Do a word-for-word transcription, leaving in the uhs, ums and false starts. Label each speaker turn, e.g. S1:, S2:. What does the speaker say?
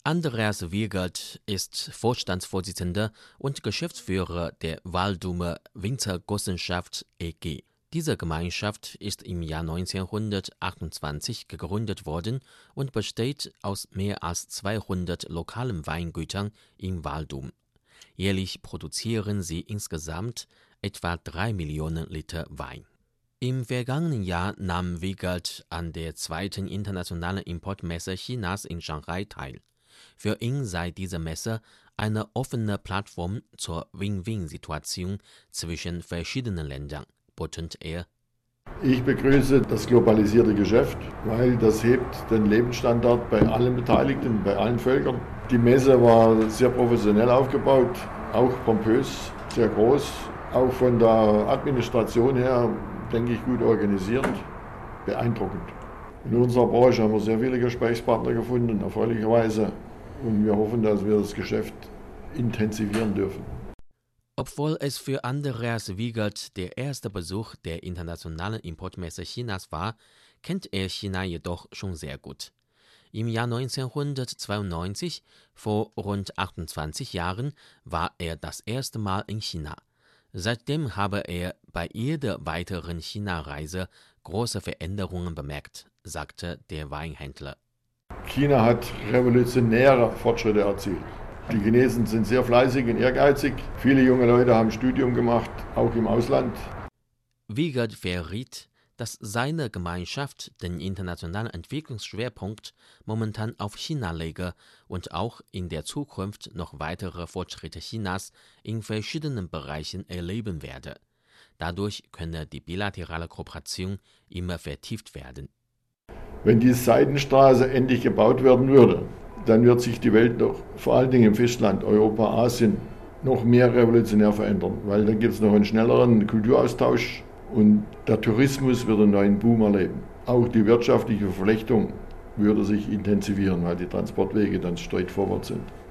S1: Andreas Wiegert ist Vorstandsvorsitzender und Geschäftsführer der Waldumer Winzergenossenschaft e G Diese Gemeinschaft ist im Jahr neunzehnhundertachtundzwanzig gegründet worden und besteht aus mehr als zweihundert lokalen Weingütern im Waldum. Jährlich produzieren sie insgesamt etwa drei Millionen Liter Wein. Im vergangenen Jahr nahm Wiegert an der zweiten internationalen Importmesse Chinas in Shanghai teil. Für ihn sei diese Messe eine offene Plattform zur Win-Win-Situation zwischen verschiedenen Ländern, betont er.
S2: Ich begrüße das globalisierte Geschäft, weil das hebt den Lebensstandard bei allen Beteiligten, bei allen Völkern. Die Messe war sehr professionell aufgebaut, auch pompös, sehr groß, auch von der Administration her, denke ich, gut organisiert, beeindruckend. In unserer Branche haben wir sehr viele Gesprächspartner gefunden, erfreulicherweise, und wir hoffen, dass wir das Geschäft intensivieren dürfen.
S1: Obwohl es für Andreas Wiegert der erste Besuch der internationalen Importmesse Chinas war, kennt er China jedoch schon sehr gut. Im Jahr neunzehnhundertzweiundneunzig, vor rund achtundzwanzig Jahren, war er das erste Mal in China. Seitdem habe er bei jeder weiteren China-Reise große Veränderungen bemerkt, sagte der Weinhändler.
S2: China hat revolutionäre Fortschritte erzielt. Die Chinesen sind sehr fleißig und ehrgeizig. Viele junge Leute haben Studium gemacht, auch im Ausland.
S1: Wiegert verriet, dass seine Gemeinschaft den internationalen Entwicklungsschwerpunkt momentan auf China lege und auch in der Zukunft noch weitere Fortschritte Chinas in verschiedenen Bereichen erleben werde. Dadurch könne die bilaterale Kooperation immer vertieft werden.
S2: Wenn die Seidenstraße endlich gebaut werden würde, dann wird sich die Welt noch, vor allen Dingen im Festland, Europa, Asien, noch mehr revolutionär verändern, weil dann gibt es noch einen schnelleren Kulturaustausch und der Tourismus wird einen neuen Boom erleben. Auch die wirtschaftliche Verflechtung würde sich intensivieren, weil die Transportwege dann straightforward sind.